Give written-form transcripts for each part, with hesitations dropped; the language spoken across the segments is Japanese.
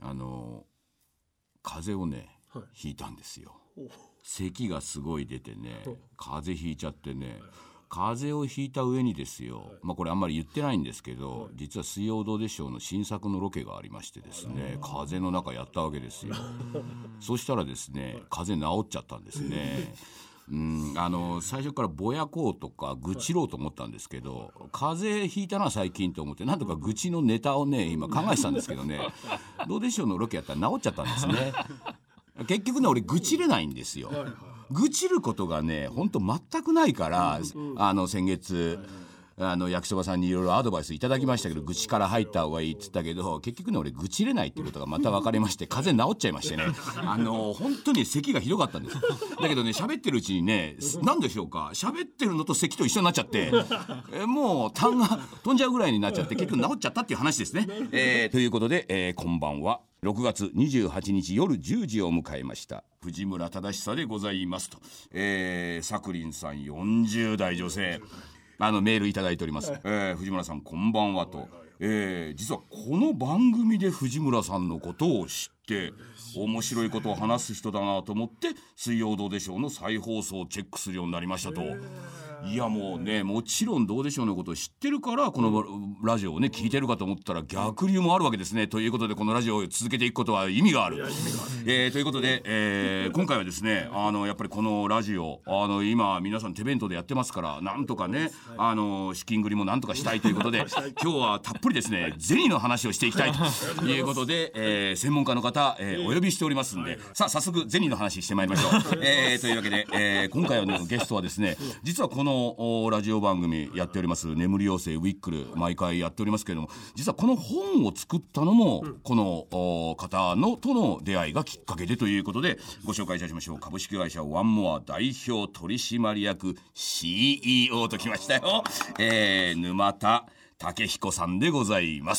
風邪をね、ひいたんですよ。咳がすごい出てね、風邪ひいちゃってね、風邪をひいた上にですよ、これあんまり言ってないんですけど、実は水曜どうでしょうの新作のロケがありましてですね、風邪の中やったわけですよ。そしたらですね、風邪治っちゃったんですね。最初からぼやこうとか愚痴ろうと思ったんですけど、風邪ひいたな最近と思って、なんとか愚痴のネタをね今考えてたんですけどね、どうでしょうのロケやったら治っちゃったんですね。結局ね、俺愚痴れないんですよ。愚痴ることがね本当全くないから、先月焼きそばさんにいろいろアドバイスいただきましたけど、愚痴から入った方がいいって言ったけど、結局ね俺愚痴れないっていうことがまた分かりまして、風邪治っちゃいましてね、本当に咳がひどかったんです。だけどね、喋ってるうちにね、何でしょうか、喋ってるのと咳と一緒になっちゃって、もう痰が飛んじゃうぐらいになっちゃって、結局治っちゃったっていう話ですね。ということで、こんばんは。6月28日夜10時を迎えました藤村忠久でございますと、さくりんさん40代女性、メールいただいております。藤村さんこんばんはと、実はこの番組で藤村さんのことを知って面白いことを話す人だなと思って、水曜どうでしょうの再放送をチェックするようになりましたと。いやもうね、もちろんどうでしょうのことを知ってるからこのラジオをね聞いてるかと思ったら逆流もあるわけですね。ということでこのラジオを続けていくことは意味がある。ということで、今回はですね、やっぱりこのラジオ今皆さん手弁当でやってますから、なんとかね資金繰りもなんとかしたいということで今日はたっぷりですね銭の話をしていきたいということで、専門家の方、お呼びしておりますんで、さあ早速銭の話してまいりましょう。というわけで、今回のゲストはですね、実はこのラジオ番組やっております眠り妖精ウィックル毎回やっておりますけれども、実はこの本を作ったのもこの方との出会いがきっかけでということでご紹介いたしましょう。株式会社ワンモア代表取締役 CEO ときましたよ、沼田武彦さんでございます。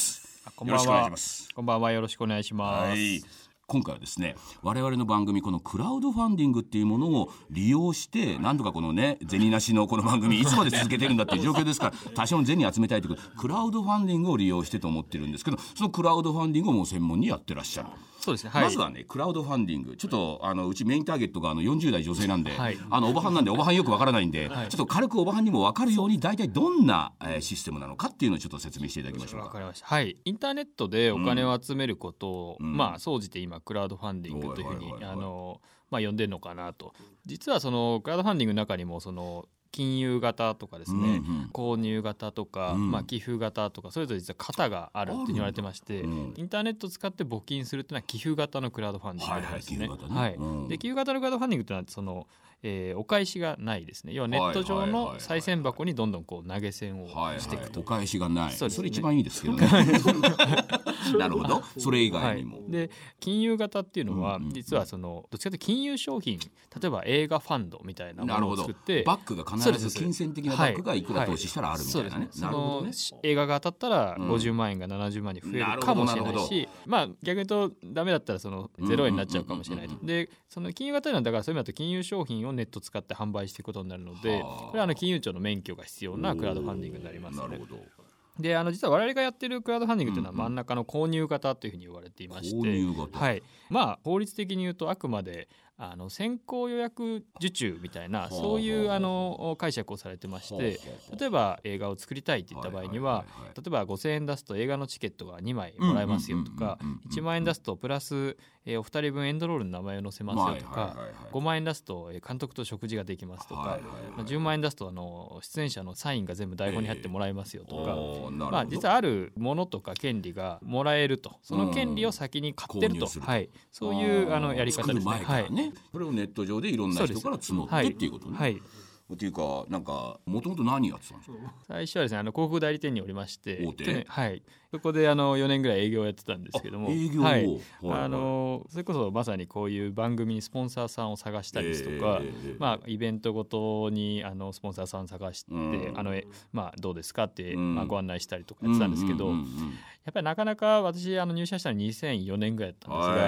こんばんは。 よろしくお願いします。 こんばんは、よろしくお願いします。 今回はですね、我々の番組このクラウドファンディングっていうものを利用してなんとかこのね銭なしのこの番組いつまで続けてるんだっていう状況ですから多少の銭集めたいということクラウドファンディングを利用してと思ってるんですけど、そのクラウドファンディングをもう専門にやってらっしゃる。 そうですね、 まずはねクラウドファンディング、ちょっとうちメインターゲットが40代女性なんで、おばはんなんでおばはんよくわからないんで、ちょっと軽くおばはんにもわかるように大体どんなシステムなのかっていうのをちょっと説明していただきましょうか。 わかりました。インターネットでお金を集めることを、総じて今クラウドファンディングというふうに呼んでるのかなと。実はそのクラウドファンディングの中にもその金融型とかですね、購入型とか、寄付型とかそれぞれ実は型があるって言われてまして、インターネットを使って募金するっていうのは寄付型のクラウドファンディングなんですね。で寄付型のクラウドファンディングというのはそのお返しがないですね。要はネット上の賽銭箱にどんどんこう投げ銭をしていくと、 お返しがない。それ一番いいですけどね。なるほど。それ以外にも、 で金融型っていうのは、実はそのどっちかというと金融商品、例えば映画ファンドみたいなものを作って、 バックが必ず金銭的なバックがいくら投資したらあるみたいなね。 なるほどね。映画が当たったら50万円が70万に増えるかもしれないし、逆に言うとダメだったらその0円になっちゃうかもしれない。でその金融型なんだから、そういう意味だと金融商品をネット使って販売していくことになるので、これは金融庁の免許が必要なクラウドファンディングになりますので。なるほど。で実は我々がやってるクラウドファンディングというのは真ん中の購入型というふうに言われていまして、 購入型、 法律的に言うとあくまで先行予約受注みたいな、そういう解釈をされてまして、例えば映画を作りたいって言った場合には、例えば5000円出すと映画のチケットが2枚もらえますよとか、1万円出すとプラスお二人分エンドロールの名前を載せますよとか、5万円出すと監督と食事ができますとか、10万円出すと出演者のサインが全部台本に入ってもらえますよとか、実はあるものとか権利がもらえると、その権利を先に買ってると、そういうやり方ですね。 それをネット上でいろんな人から募ってっていうことね。っていうか、なんかもともと何やってたんですか。 最初はですね、広告代理店におりまして、大手、そこで4年ぐらい営業をやってたんですけども、 営業を、 それこそまさにこういう番組にスポンサーさんを探したりですとか、イベントごとにスポンサーさんを探して、どうですかって、ご案内したりとかやってたんですけど、やっぱりなかなか私入社したの2004年ぐらいだったんですが、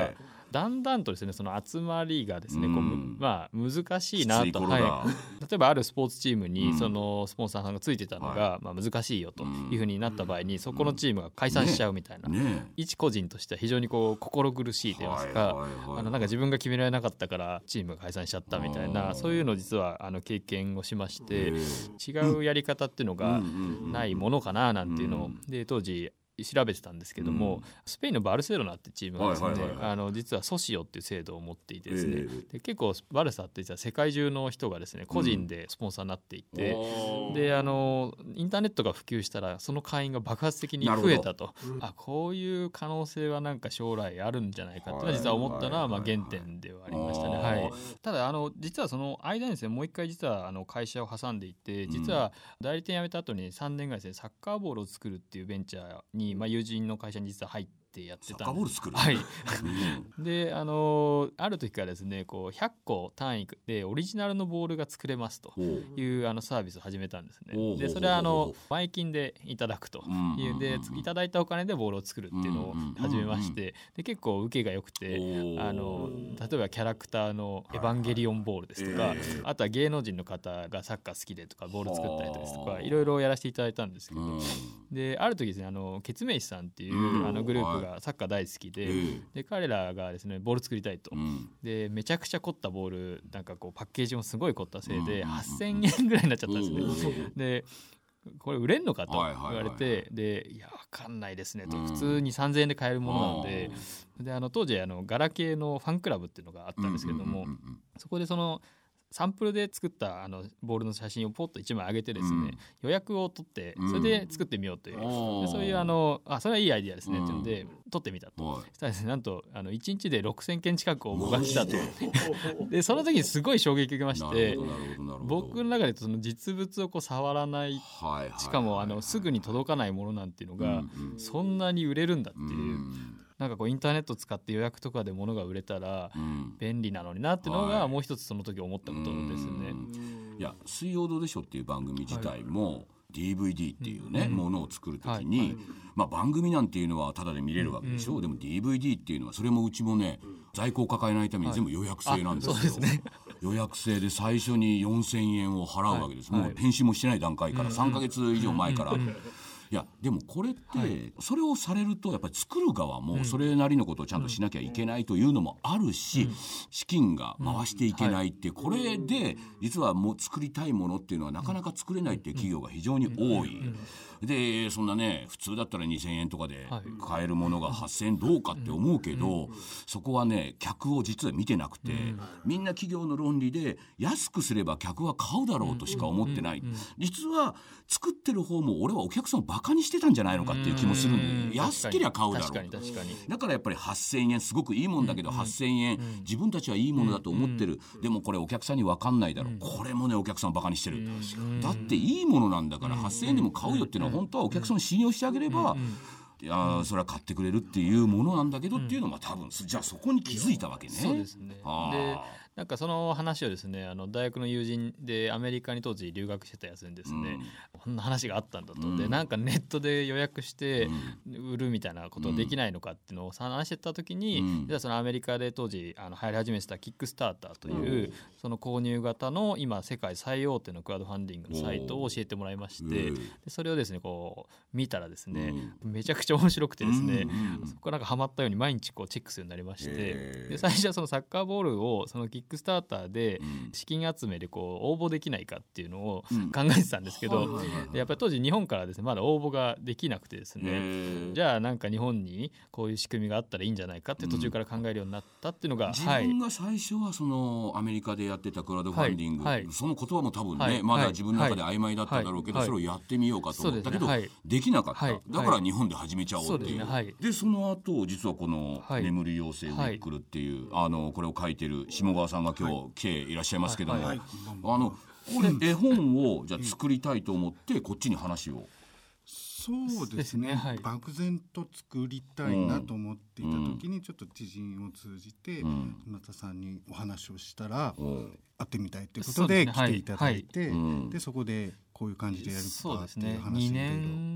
だんだんとですねその集まりがですねこう、まあ、難しいなと、例えばあるスポーツチームにそのスポンサーさんがついてたのが、まあ、難しいよというふうになった場合にそこのチームが解散しちゃうみたいな、一個人としては非常にこう心苦しいといいますか、なんか自分が決められなかったからチームが解散しちゃったみたいな、そういうのを実は経験をしまして、違うやり方っていうのがないものかななんていうのをで当時調べてたんですけども、スペインのバルセロナってチームがですね、実はソシオっていう制度を持っていてですね、で結構バルサって実は世界中の人がですね個人でスポンサーになっていて、でインターネットが普及したらその会員が爆発的に増えたと、こういう可能性はなんか将来あるんじゃないかっていうのは実は思ったのはまあ原点ではありましたね。ただ実はその間にですねもう一回実は会社を挟んでいて、実は代理店辞めた後に3年ぐらいですねサッカーボールを作るっていうベンチャーに友人の会社に実は入ってやってたんです。サッカーボール作る、はいである時からですねこう100個単位でオリジナルのボールが作れますというサービスを始めたんですね。でそれは前金でいただくというでいただいたお金でボールを作るっていうのを始めまして、で結構受けが良くて例えばキャラクターのエヴァンゲリオンボールですとか、あとは芸能人の方がサッカー好きでとかボール作ったりですとかいろいろやらせていただいたんですけど、である時ですねケツメイシさんっていうグループがサッカー大好きで彼らがですねボール作りたいと、でめちゃくちゃ凝ったボールなんかこうパッケージもすごい凝ったせいで8000円ぐらいになっちゃったんですね。でこれ売れんのかと言われて、でいや分かんないですねと、普通に3000円で買えるものなので、当時ガラケーのファンクラブっていうのがあったんですけれども、そこでそのサンプルで作ったボールの写真をポッと1枚上げてですね、予約を取ってそれで作ってみようという、そういうそれはいいアイディアですねっていうので撮ってみたと、したらですねなんと1日で6000件近く応募が来たとでその時にすごい衝撃を受けまして、僕の中でその実物をこう触らない、しかもすぐに届かないものなんていうのがそんなに売れるんだっていう、なんかこうインターネット使って予約とかで物が売れたら便利なのになっていうのがもう一つその時思ったことですね。 いや水曜どうでしょうっていう番組自体も、DVD っていうね、ものを作るときに、番組なんていうのはタダで見れるわけでしょ、でも DVD っていうのはそれもうちもね在庫を抱えないために全部予約制なんですよ。そうですね予約制で最初に4000円を払うわけです、もう編集もしてない段階から3ヶ月以上前からいやでもこれってそれをされるとやっぱり作る側もそれなりのことをちゃんとしなきゃいけないというのもあるし、資金が回していけないって、これで実はもう作りたいものっていうのはなかなか作れないっていう企業が非常に多い。でそんなね普通だったら2000円とかで買えるものが8000円どうかって思うけど、そこはね客を実は見てなくて、みんな企業の論理で安くすれば客は買うだろうとしか思ってない。実は作ってる方も俺はお客さんをバカにしてたんじゃないのかっていう気もするんで、安けりゃ買うだろう。だからやっぱり8000円すごくいいもんだけど、8000円自分たちはいいものだと思ってる、でもこれお客さんに分かんないだろう、これもねお客さんをバカにしてる。だっていいものなんだから8000円でも買うよっていうのは本当はお客さんを信用してあげれば、いやそれは買ってくれるっていうものなんだけどっていうのが多分じゃあそこに気づいたわけね。 そうですね。でなんかその話をですね大学の友人でアメリカに当時留学してたやつにですね、こんな話があったんだと、でなんかネットで予約して売るみたいなことできないのかっていうのを話してた時に、実はそのアメリカで当時流行り始めてたキックスターターというその購入型の今世界最大手のクラウドファンディングのサイトを教えてもらいまして、でそれをですねこう見たらですねめちゃくちゃ面白くてですね、そこからなんかハマったように毎日こうチェックするようになりまして、で最初はそのサッカーボールをそのキックスターターで資金集めでこう応募できないかっていうのを考えてたんですけど、やっぱり当時日本からですねまだ応募ができなくてですね、じゃあなんか日本にこういう仕組みがあったらいいんじゃないかって途中から考えるようになったっていうのが、 自分が最初はそのアメリカでやってたクラウドファンディング、その言葉も多分ね、まだ自分の中で曖昧だっただろうけど、それをやってみようかと思ったけど、できなかった、だから日本で始めちゃおうっていう。でその後実はこの眠り養成ウィックルっていうこれを書いてる下川さんが今日来ていらっしゃいますけども、これ絵本をじゃあ作りたいと思ってこっちに話を。 そうですね、漠然と作りたいなと思っていた時にちょっと知人を通じて村田さんにお話をしたら会ってみたいということで来ていただいて、でそこでこういう感じでやるかっていう話で、 2年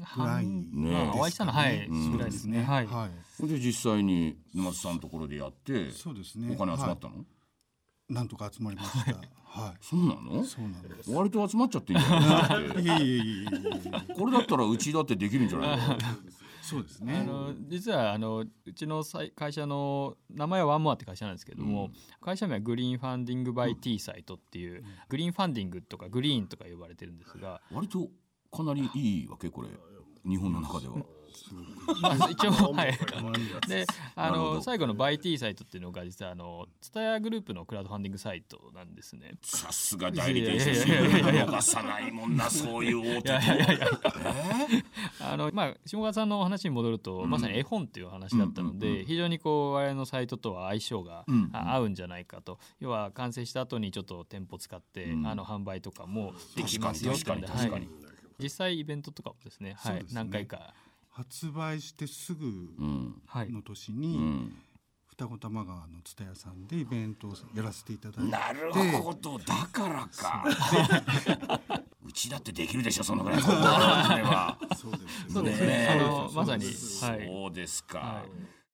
らいね、お会いしたのはいぐらいですね。はい。 で実際に沼津さんのところでやって、 そうですね。 お金集まったの？ なんとか集まりました。はい。 そうなの？ そうなんです。 割と集まっちゃってんじゃないの？ いやこれだったらうちだってできるんじゃないの？ そうですね。 実はうちの会社の名前はワンモアって会社なんですけども、会社名はグリーンファンディングバイ T サイトっていう、グリーンファンディングとかグリーンとか呼ばれてるんですが、 割とかなりいいわけこれ日本の中では。 一応はいで最後のバイ T サイトっていうのが実はツタヤグループのクラウドファンディングサイトなんですね。 さすが代理店出身逃さないもんなそういう大手下川さんのお話に戻ると、まさに絵本っていう話だったので、非常に我々のサイトとは相性が合うんじゃないかと。要は完成した後にちょっと店舗使って販売とかもできますよって。実際イベントとかもですね、何回か発売してすぐの年に、二子玉川の蔦屋さんでイベントをやらせていただいて。 なるほど、だからか。うちだってできるでしょそのぐらい。 そうですね。 まさに。 そうですか。